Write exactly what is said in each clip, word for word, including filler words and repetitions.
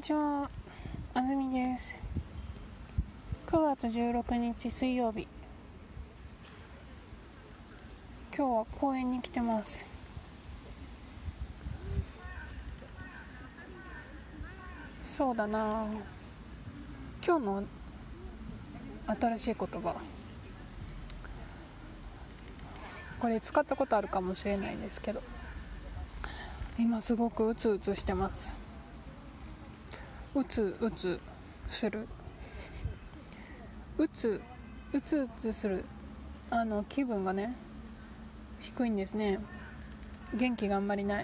ちは、あずみです。くがつじゅうろくにち水曜日。今日は公園に来てます。そうだな、今日の新しい言葉、これ使ったことあるかもしれないですけど、今すごくうつうつしてます。うつうつするうつうつうつするあの気分がね、低いんですね。元気があんまりない。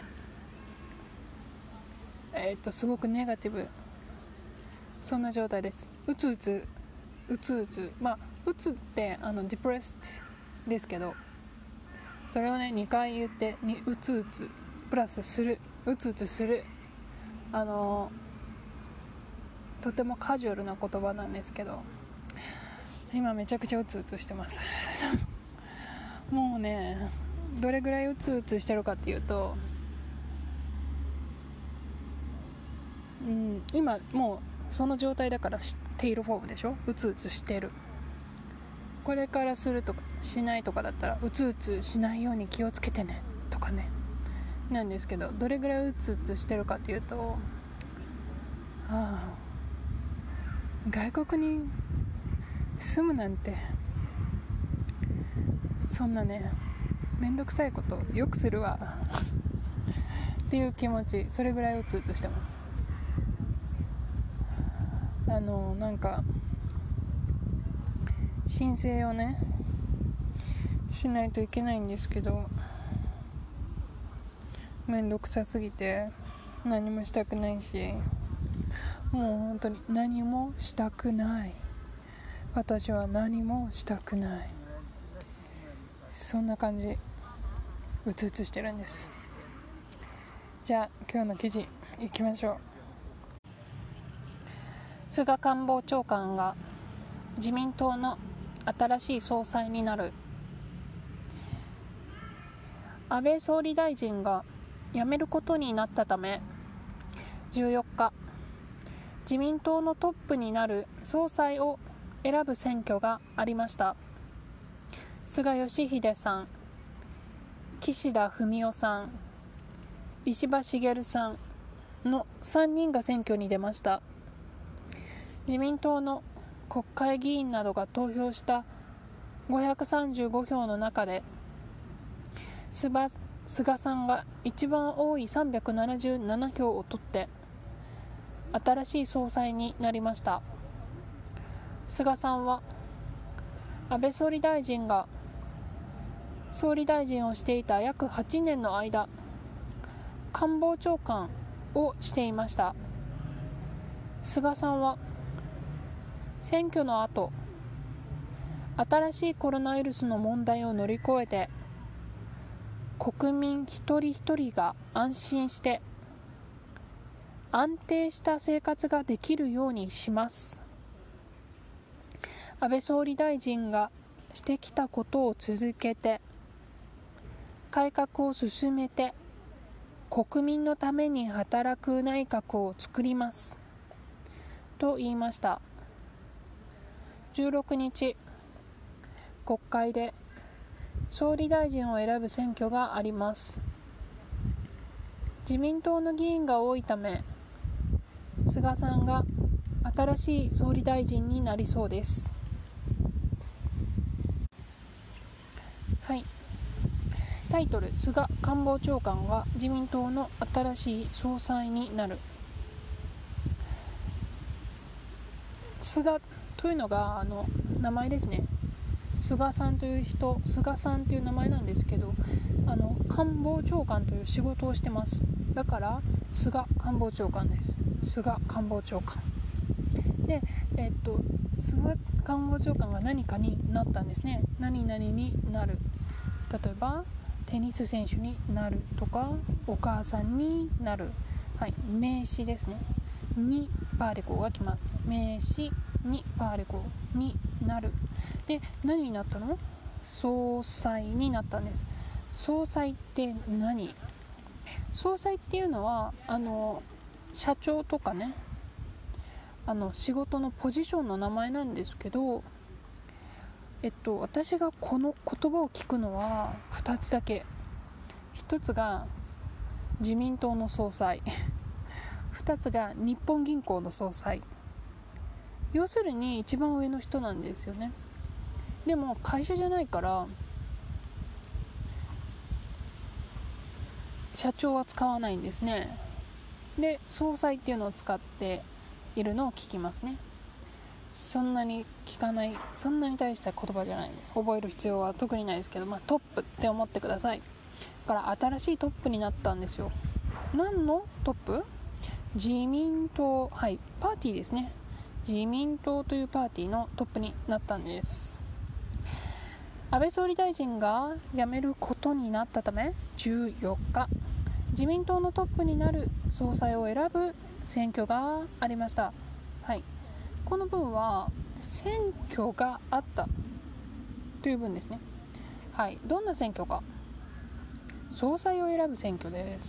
えー、っとすごくネガティブ、そんな状態です。うつうつうつうつまあうつってあのディプレストですけど、それをねにかい言ってにうつうつプラスする、うつうつする、あのとてもカジュアルな言葉なんですけど、今めちゃくちゃうつうつしてますもうね、どれぐらいうつうつしてるかっていうと、うん、今もうその状態だからテイルフォームでしょ。うつうつしてる。これからするとかしないとかだったら、うつうつしないように気をつけてねとかね、なんですけど、どれぐらいうつうつしてるかっていうと、はあ、外国に住むなんて、そんなね、めんどくさいことよくするわっていう気持ち、それぐらいうつうつしてます。あのなんか申請をねしないといけないんですけど、めんどくさすぎて何もしたくないし、もう本当に何もしたくない。私は何もしたくない。そんな感じ、うつうつしてるんです。じゃあ今日の記事いきましょう。菅官房長官が自民党の新しい総裁になる。安倍総理大臣が辞めることになったため、じゅうよっか自民党のトップになる総裁を選ぶ選挙がありました。菅義偉さん、岸田文雄さん、石破茂さんのさんにんが選挙に出ました。自民党の国会議員などが投票したごひゃくさんじゅうごひょうの中で、菅さんが一番多いさんびゃくななじゅうななひょうを取って新しい総裁になりました。菅さんは安倍総理大臣が総理大臣をしていた約はちねんの間、官房長官をしていました。菅さんは選挙の後、新しいコロナウイルスの問題を乗り越えて、国民一人一人が安心して安定した生活ができるようにします。安倍総理大臣がしてきたことを続けて、改革を進めて、国民のために働く内閣を作りますと言いました。じゅうろくにち、国会で総理大臣を選ぶ選挙があります。自民党の議員が多いため、菅さんが新しい総理大臣になりそうです。はい。タイトル、菅官房長官が自民党の新しい総裁になる。菅というのがあの名前ですね。菅さんという人、菅さんという名前なんですけど、あの官房長官という仕事をしてます。だから菅官房長官です。菅官房長官で、えっと菅官房長官が何かになったんですね。何々になる。例えばテニス選手になるとか、お母さんになる、はい、名詞ですね。にパーリコが来ます。名詞にパーリコになる。で、何になったの？総裁になったんです。総裁って何？総裁っていうのはあの社長とかね、 あの仕事のポジションの名前なんですけど、えっと私がこの言葉を聞くのはふたつだけ。ひとつが自民党の総裁ふたつが日本銀行の総裁。要するに一番上の人なんですよね。でも会社じゃないから社長は使わないんですね。で総裁っていうのを使っているのを聞きますね。そんなに聞かない、そんなに大した言葉じゃないです。覚える必要は特にないですけど、まあ、トップって思ってください。だから新しいトップになったんですよ。何のトップ？自民党、はい、パーティーですね。自民党というパーティーのトップになったんです。安倍総理大臣が辞めることになったため、じゅうよっか自民党のトップになる総裁を選ぶ選挙がありました。はい、この文は選挙があったという文ですね。はい、どんな選挙か。総裁を選ぶ選挙です。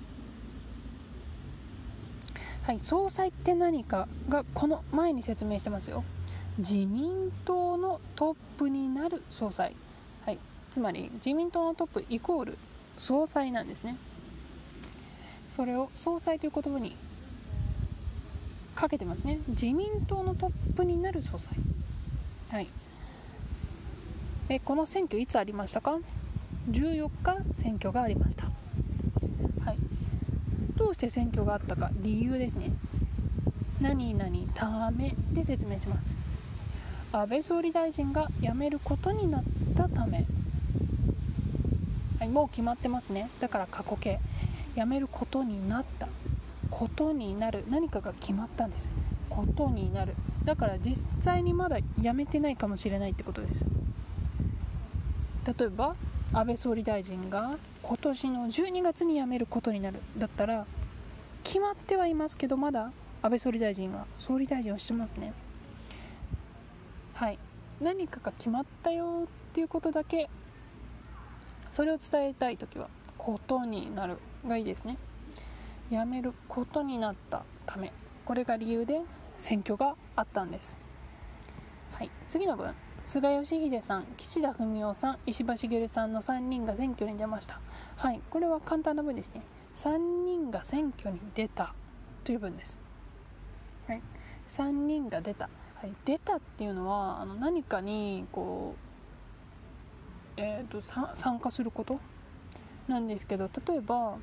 はい、総裁って何かがこの前に説明してますよ。自民党のトップになる総裁、はい、つまり自民党のトップイコール総裁なんですね。それを総裁という言葉にかけてますね。自民党のトップになる総裁、はい、えこの選挙いつありましたか？じゅうよっか選挙がありました。はい、どうして選挙があったか、理由ですね。何々ためで説明します。安倍総理大臣が辞めることになったため、はい、もう決まってますね。だから過去形。辞めることになった、ことになる、何かが決まったんです。ことになる、だから実際にまだ辞めてないかもしれないってことです。例えば安倍総理大臣が今年のじゅうにがつに辞めることになるだったら、決まってはいますけどまだ安倍総理大臣が総理大臣をしてますね。はい、何かが決まったよっていうことだけ、それを伝えたいときはことになるがいいですね。辞めることになったため、これが理由で選挙があったんです。はい、次の文。菅義偉さん、岸田文雄さん、石破茂さんのさんにんが選挙に出ました。はい、これは簡単な文ですね。さんにんが選挙に出たという文です。はい、さんにんが出た、はい、出たっていうのはあの何かにこう、えーと、参加することなんですけど、例えば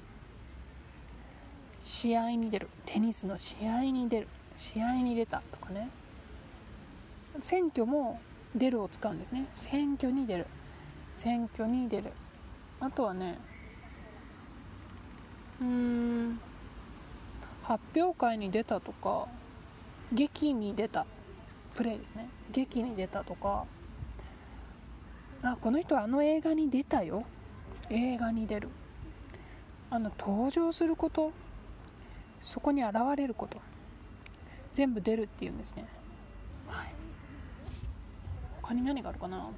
試合に出る、テニスの試合に出る、試合に出たとかね。選挙も出るを使うんですね。選挙に出る、選挙に出る。あとはね、うーん発表会に出たとか、劇に出た、プレイですね。劇に出たとか、あ、この人はあの映画に出たよ、映画に出る、あの登場すること、そこに現れること、全部出るっていうんですね。はい、他に何があるかな。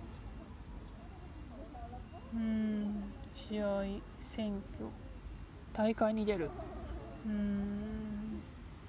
うーん試合、選挙、大会に出る、うーん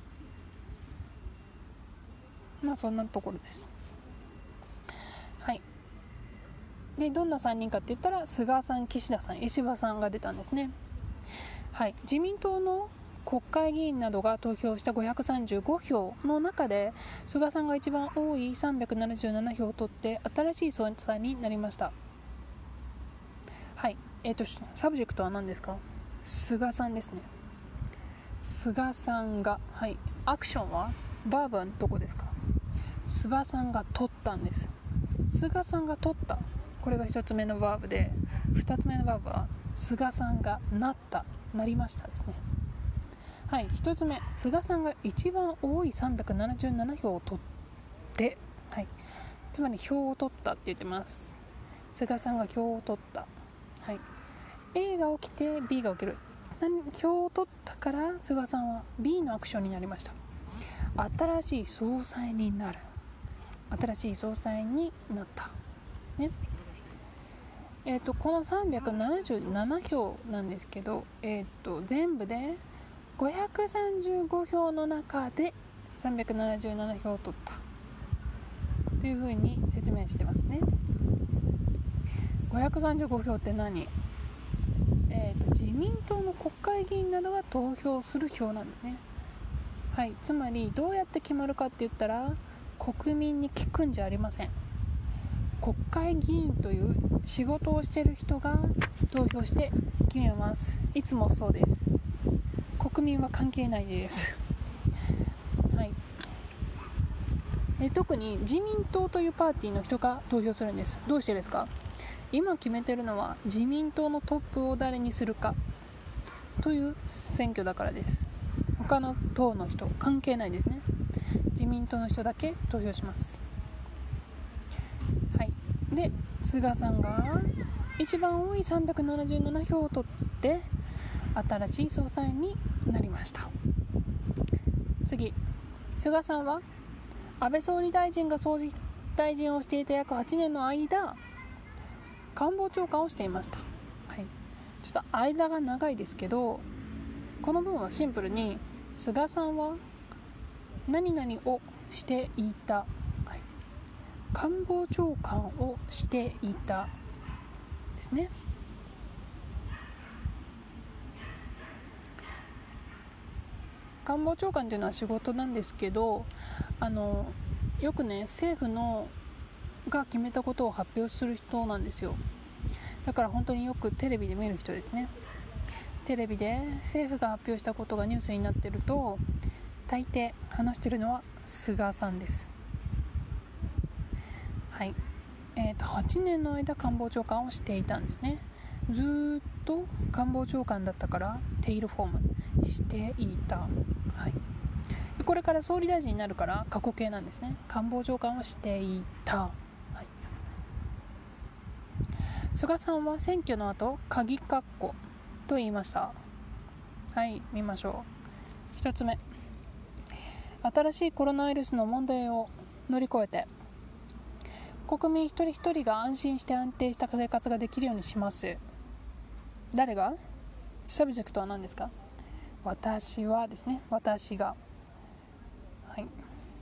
まあそんなところです。はい、でどんなさんにんかって言ったら、菅さん、岸田さん、石破さんが出たんですね。はい、自民党の国会議員などが投票したごひゃくさんじゅうごひょうの中で、菅さんが一番多いさんびゃくななじゅうななひょうを取って新しい総裁になりました。はい、えーとサブジェクトは何ですか？菅さんですね。菅さんが、はい、アクションは、バーブはどこですか？菅さんが取ったんです。菅さんが取った、これがひとつめのバーブで、ふたつめのバーブは菅さんがなった、なりましたですね。はい、ひとつめ、菅さんが一番多いさんびゃくななじゅうななひょうを取って、はい、つまり票を取ったって言ってます。菅さんが票を取った、はい、A が起きて B が起きる、票を取ったから菅さんは B のアクションになりました。新しい総裁になる、新しい総裁になったですね。えーとこのさんびゃくななじゅうななひょうなんですけど、えーと全部でごひゃくさんじゅうごひょうの中でさんびゃくななじゅうななひょうを取ったというふうに説明してますね。ごひゃくさんじゅうごひょうって何？えーと、自民党の国会議員などが投票する票なんですね。はい、つまりどうやって決まるかって言ったら、国民に聞くんじゃありません。国会議員という仕事をしている人が投票して決めます。いつもそうです。国民は関係ないです。はい、で特に自民党というパーティーの人が投票するんです。どうしてですか？今決めてるのは自民党のトップを誰にするかという選挙だからです。他の党の人関係ないですね。自民党の人だけ投票します。はい、で菅さんが一番多いさんびゃくななじゅうななひょうを取って新しい総裁になりました。次、菅さんは安倍総理大臣が総理大臣をしていた約はちねんの間、官房長官をしていました。はい、ちょっと間が長いですけど、この文はシンプルに菅さんは何々をしていた、はい、官房長官をしていたですね。官房長官というのは仕事なんですけど、あのよくね政府のが決めたことを発表する人なんですよ。だから本当によくテレビで見る人ですね。テレビで政府が発表したことがニュースになってると、大抵話してるのは菅さんです。はい、えーとはちねんの間官房長官をしていたんですね。ずーっと官房長官だったからテイルフォームしていた。はい、これから総理大臣になるから過去形なんですね。官房長官をしていた。はい、菅さんは選挙の後鍵括弧と言いました。はい、見ましょう。ひとつめ、新しいコロナウイルスの問題を乗り越えて国民一人一人が安心して安定した生活ができるようにします。誰が？サブジェクトは何ですか？私はですね。私が、はい、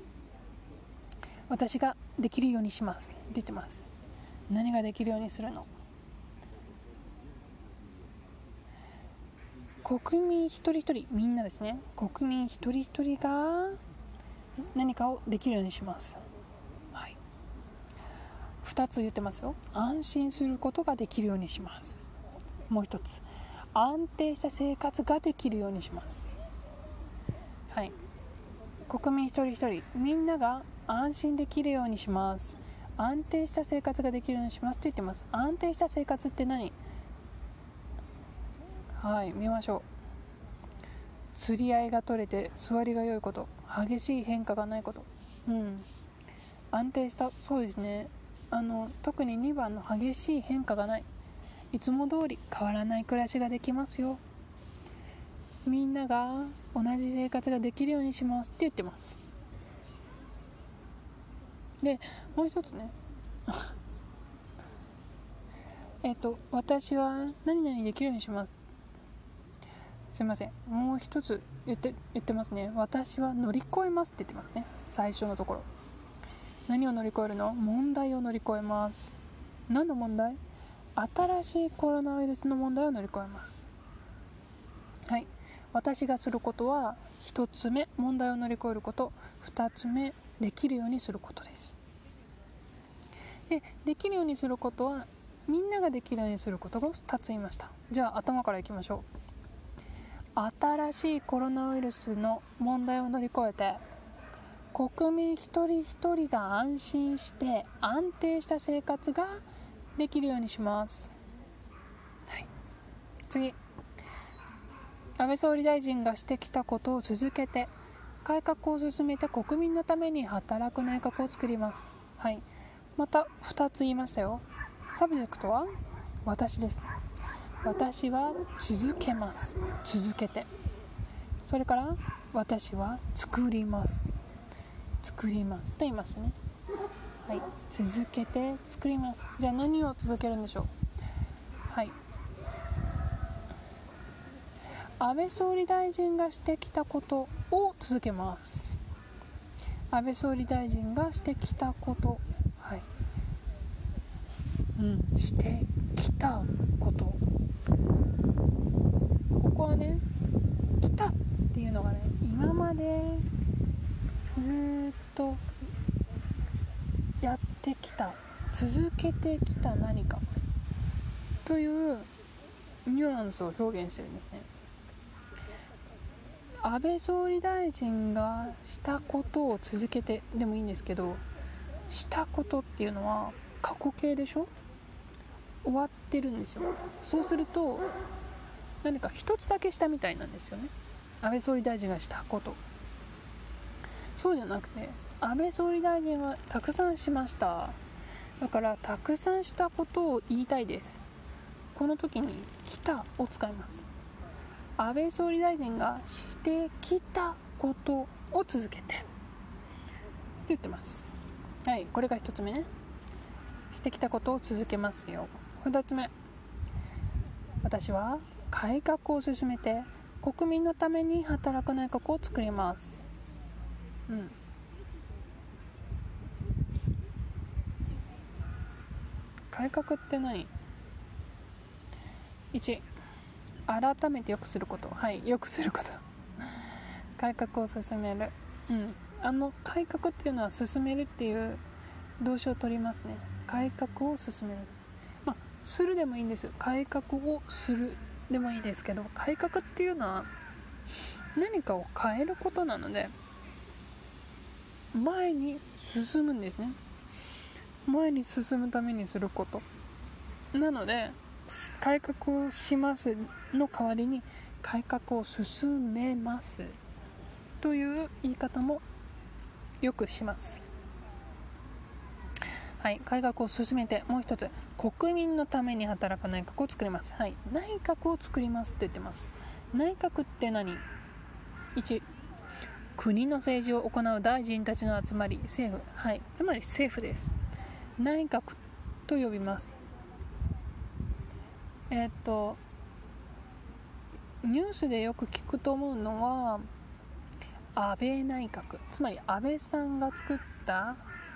私ができるようにしますって言ってます。何ができるようにするの？国民一人一人、みんなですね。国民一人一人が何かをできるようにします。はい、ふたつ言ってますよ。安心することができるようにします。もう一つ、安定した生活ができるようにします。はい、国民一人一人みんなが安心できるようにします。安定した生活ができるようにしますと言ってます。安定した生活って何？はい、見ましょう。釣り合いが取れて座りが良いこと、激しい変化がないこと。うん、安定した、そうですね。あの特ににばんの激しい変化がない、いつも通り変わらない暮らしができますよ。みんなが同じ生活ができるようにしますって言ってます。でもう一つねえっと私は何々できるようにします。すいません、もう一つ言って言ってますね。私は乗り越えますって言ってますね。最初のところ、何を乗り越えるの？問題を乗り越えます。何の問題？新しいコロナウイルスの問題を乗り越えます。はい、私がすることはひとつめ、問題を乗り越えること。ふたつめ、できるようにすることです。で、できるようにすることはみんなができるようにすることがふたつ言いました。じゃあ頭からいきましょう。新しいコロナウイルスの問題を乗り越えて国民一人一人が安心して安定した生活ができるようにします。はい、次、安倍総理大臣がしてきたことを続けて改革を進めて国民のために働く内閣を作ります。はい、またふたつ言いましたよ。サブジェクトは私です。私は続けます。続けて。それから私は作ります。作りますと言いますね。はい、続けて作ります。じゃあ何を続けるんでしょう？はい、安倍総理大臣がしてきたことを続けます。 安倍総理大臣がしてきたこと、はい、うん、してきたこと、ここはね、来たっていうのがね、今までずっとやってきた、続けてきた何かというニュアンスを表現してるんですね。安倍総理大臣がしたことを続けてでもいいんですけど、したことっていうのは過去形でしょ、終わってるんですよ。そうすると何か一つだけしたみたいなんですよね、安倍総理大臣がしたこと。そうじゃなくて、安倍総理大臣はたくさんしました。だからたくさんしたことを言いたいです。この時に来たを使います。安倍総理大臣がしてきたことを続けてって言ってます。はい、これが一つ目ね。してきたことを続けますよ。二つ目、私は改革を進めて国民のために働く内閣を作ります。うん。改革って何？ いち. 改めて良くすること。はい、良くすること改革を進める。うん。あの改革っていうのは進めるっていう動詞を取りますね。改革を進める。まあ、するでもいいんです。改革をするでもいいですけど、改革っていうのは何かを変えることなので、前に進むんですね。前に進むためにすることなので、改革をしますの代わりに改革を進めますという言い方もよくします。はい、改革を進めて、もう一つ、国民のために働く内閣を作ります。はい、内閣を作りますって言ってます。内閣って何？ いち. 国の政治を行う大臣たちの集まり、政府。はい、つまり政府です。内閣と呼びます。えー、っとニュースでよく聞くと思うのは安倍内閣、つまり安倍さんが作った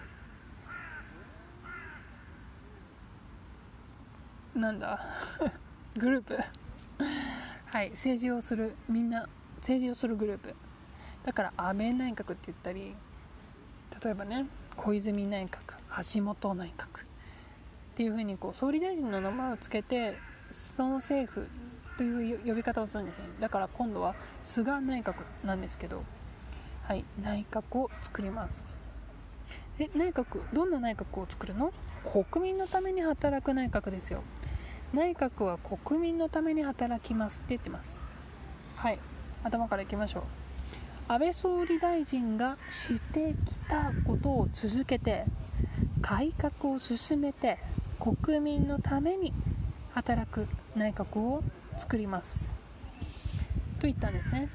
なんだグループはい、政治をする、みんな政治をするグループだから安倍内閣って言ったり、例えばね、小泉内閣、橋本内閣っていう風にこう総理大臣の名前をつけて、その政府という呼び方をするんですね。だから今度は菅内閣なんですけど、はい、内閣を作ります。で、内閣、どんな内閣を作るの？国民のために働く内閣ですよ。内閣は国民のために働きますって言ってます。はい、頭からいきましょう。安倍総理大臣がしてきたことを続けて、改革を進めて、国民のために働く内閣を作りますと言ったんですね。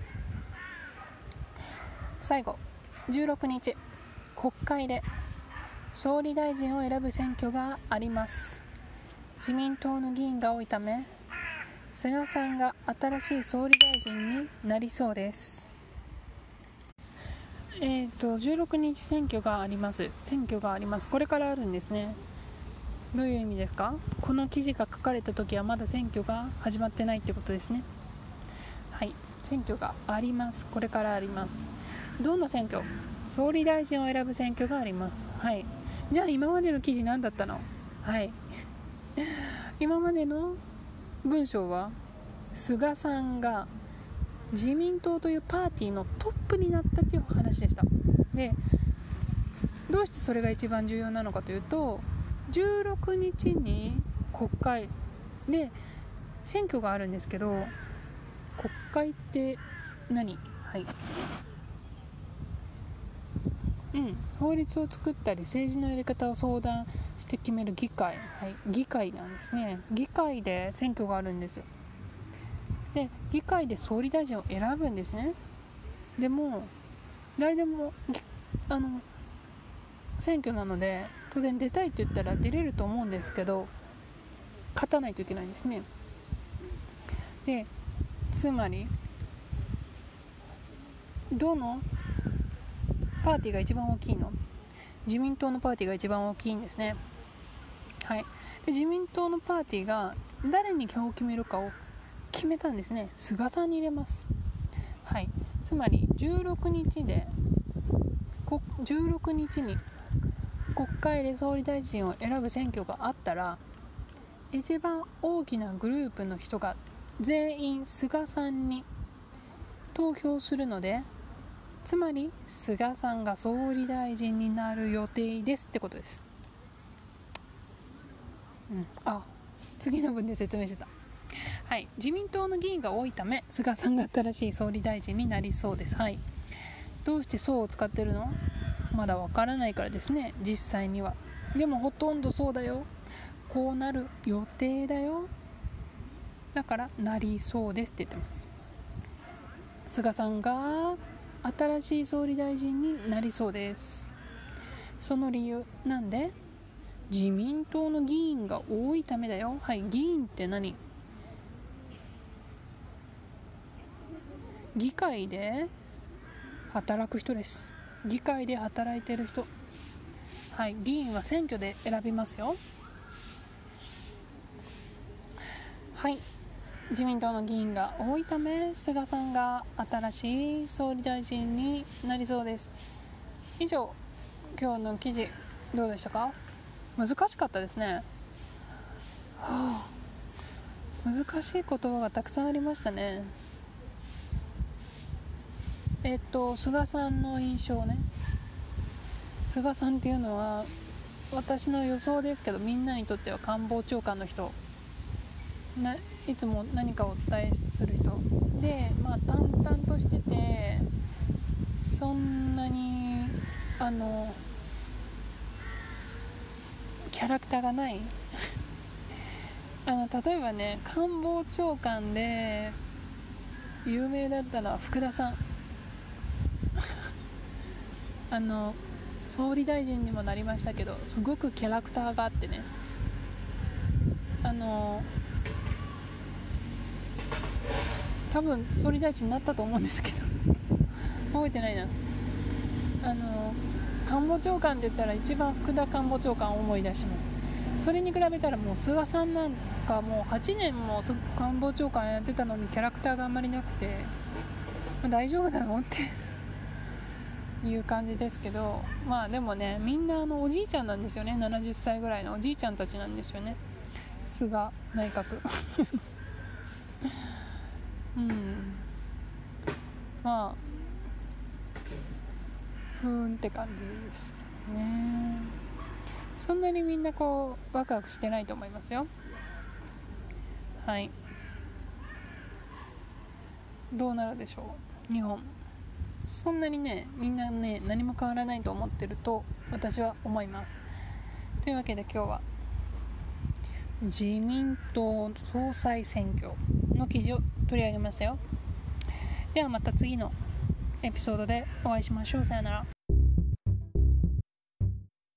最後、じゅうろくにち、国会で総理大臣を選ぶ選挙があります。自民党の議員が多いため、菅さんが新しい総理大臣になりそうです。えーと、じゅうろくにち選挙があります。選挙があります。これからあるんですね。どういう意味ですか？この記事が書かれた時はまだ選挙が始まってないってことですね。はい、選挙があります。これからあります。どんな選挙？総理大臣を選ぶ選挙があります。はい。じゃあ今までの記事何だったの？はい。今までの文章は菅さんが自民党というパーティーのトップになったという話でした。で、どうしてそれが一番重要なのかというと、じゅうろくにちに国会で選挙があるんですけど、国会って何？はい。うん、法律を作ったり政治のやり方を相談して決める議会、はい、議会なんですね。議会で選挙があるんです。で、議会で総理大臣を選ぶんですね。でも誰でもあの選挙なので当然出たいって言ったら出れると思うんですけど、勝たないといけないんですね。で、つまりどのパーティーが一番大きいの？自民党のパーティーが一番大きいんですね。はい。で、自民党のパーティーが誰に票を決めるかを決めたんですね。菅さんに入れます。はい。つまりじゅうろくにちでじゅうろくにちに国会で総理大臣を選ぶ選挙があったら、一番大きなグループの人が全員菅さんに投票するので、つまり菅さんが総理大臣になる予定ですってことです。うん、あ、次の文で説明してた。はい、自民党の議員が多いため菅さんが新しい総理大臣になりそうです。はい。どうしてそうを使ってるの？まだわからないからですね、実際には。でもほとんどそうだよ。こうなる予定だよ。だからなりそうですって言ってます。菅さんが新しい総理大臣になりそうです。その理由なんで？自民党の議員が多いためだよ。はい、議員って何？議会で働く人です。議会で働いてる人。はい、議員は選挙で選びますよ。はい、自民党の議員が多いため菅さんが新しい総理大臣になりそうです。以上、今日の記事どうでしたか？難しかったですね。はあ、難しい言葉がたくさんありましたね。えっと菅さんの印象ね。菅さんっていうのは私の予想ですけど、みんなにとっては官房長官の人な、いつも何かをお伝えする人で、まあ淡々としてて、そんなにあのキャラクターがないあの例えばね、官房長官で有名だったのは福田さんあの総理大臣にもなりましたけど、すごくキャラクターがあってね、あの多分総理大臣になったと思うんですけど覚えてないな。あの官房長官って言ったら一番福田官房長官を思い出します。それに比べたらもう菅さんなんかもうはちねんも官房長官やってたのにキャラクターがあんまりなくて、まあ、大丈夫なのっていう感じですけど、まあでもね、みんなあのおじいちゃんなんですよね。ななじゅっさいぐらいのおじいちゃんたちなんですよね、菅内閣うんまあふーんって感じですね。そんなにみんなこうワクワクしてないと思いますよ。はい、どうなるでしょう日本。そんなにね、みんなね、何も変わらないと思ってると私は思います。というわけで今日は自民党総裁選挙の記事を取り上げましたよ。ではまた次のエピソードでお会いしましょう。さよなら。